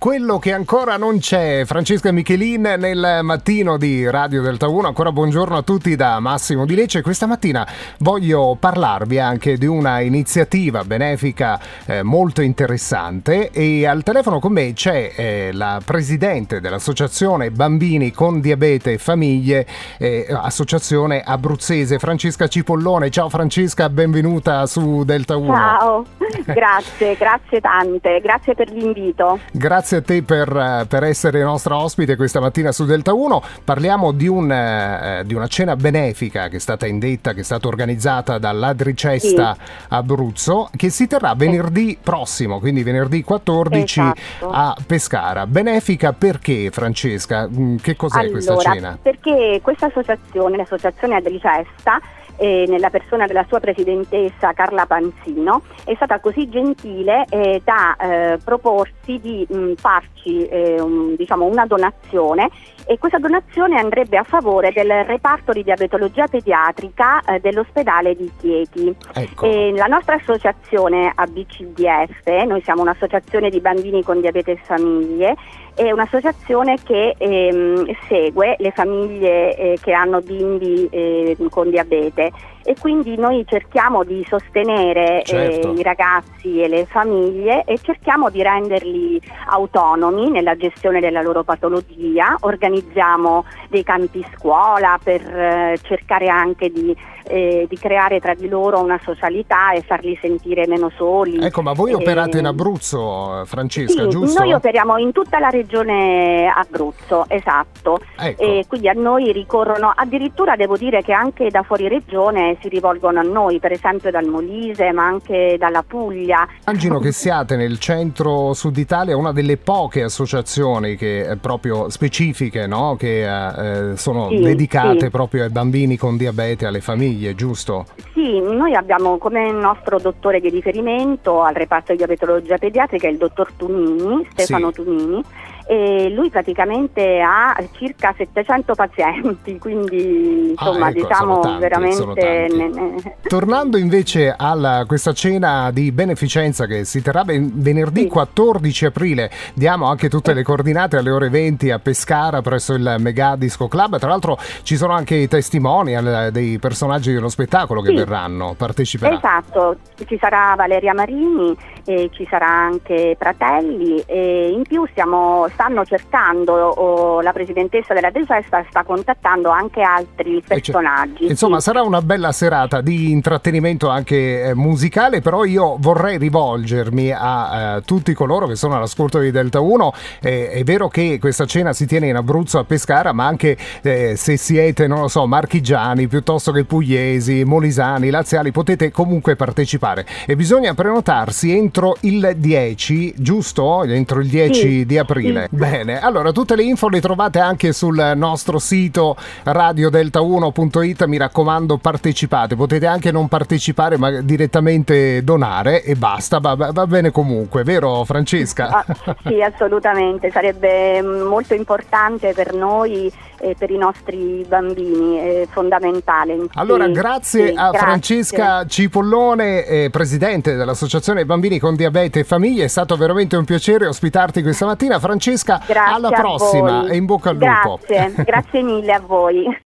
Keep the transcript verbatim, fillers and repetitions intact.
quello che ancora non c'è. Francesca Michelin nel mattino di Radio Delta uno. Ancora buongiorno a tutti da Massimo Di Lecce. Questa mattina voglio parlarvi anche di una iniziativa benefica eh, molto interessante, e al telefono con me c'è eh, la presidente dell'associazione Bambini con Diabete e Famiglie, eh, associazione abruzzese, Francesca Cipollone. Ciao Francesca, benvenuta su Delta uno. Ciao, grazie, grazie tante, grazie per l'invito. Grazie a te per, per essere nostra ospite questa mattina su Delta uno. Parliamo di, un, eh, di una cena benefica che è stata indetta, che è stata organizzata dall'Adricesta sì. Abruzzo, che si terrà venerdì prossimo, quindi venerdì quattordici esatto. a Pescara. Benefica perché, Francesca? Che cos'è allora, questa cena? Perché questa associazione, l'associazione Adricesta, Eh, nella persona della sua presidentessa Carla Panzino, è stata così gentile eh, da eh, proporsi di mh, farci eh, un, diciamo una donazione, e questa donazione andrebbe a favore del reparto di diabetologia pediatrica eh, dell'ospedale di Chieti. Ecco. E la nostra associazione A B C D F, noi siamo un'associazione di bambini con diabete e famiglie, è un'associazione che ehm, segue le famiglie eh, che hanno bimbi eh, con diabete, e quindi noi cerchiamo di sostenere certo. eh, i ragazzi e le famiglie, e cerchiamo di renderli autonomi nella gestione della loro patologia. Organizziamo dei campi scuola per eh, cercare anche di, eh, di creare tra di loro una socialità e farli sentire meno soli. Ecco, ma voi operate in Abruzzo, Francesca, sì, giusto? Noi operiamo in tutta la regione Abruzzo, esatto. Ecco. E quindi a noi ricorrono, addirittura devo dire che anche da fuori regione si rivolgono a noi, per esempio dal Molise, ma anche dalla Puglia. Immagino che siate nel centro-sud Italia una delle poche associazioni che eh, proprio specifiche, no? Che eh, sono sì, dedicate sì. proprio ai bambini con diabete, alle famiglie, giusto? Sì, noi abbiamo come nostro dottore di riferimento al reparto di diabetologia pediatrica il dottor Tunini, Stefano sì. Tunini, e lui praticamente ha circa settecento pazienti, quindi insomma ah, ecco, diciamo tanti, veramente ne, ne... Tornando invece a questa cena di beneficenza che si terrà venerdì sì. quattordici aprile, diamo anche tutte le coordinate alle ore venti a Pescara presso il Mega Disco Club. Tra l'altro ci sono anche i testimonial dei personaggi dello spettacolo che sì. verranno, parteciperanno. Esatto, ci sarà Valeria Marini, e ci sarà anche Pratelli, e in più stiamo stanno cercando, o la presidentessa della Adricesta sta contattando anche altri personaggi. Insomma, sì. sarà una bella serata di intrattenimento anche eh, musicale, però io vorrei rivolgermi a eh, tutti coloro che sono all'ascolto di Delta uno. Eh, è vero che questa cena si tiene in Abruzzo a Pescara, ma anche eh, se siete, non lo so, marchigiani piuttosto che pugliesi, molisani, laziali, potete comunque partecipare, e bisogna prenotarsi entro il dieci, giusto? Entro il dieci sì. di aprile. Sì. Bene, allora tutte le info le trovate anche sul nostro sito radio delta uno punto it. Mi raccomando, partecipate, potete anche non partecipare ma direttamente donare e basta, va, va bene comunque, vero Francesca? Ah, sì, assolutamente, sarebbe molto importante per noi e per i nostri bambini, è fondamentale. Allora sì, grazie sì, a grazie. Francesca Cipollone, eh, presidente dell'associazione Bambini con Diabete e Famiglie. È stato veramente un piacere ospitarti questa mattina, Francesca. Grazie, alla prossima e in bocca al lupo. Grazie, grazie mille a voi.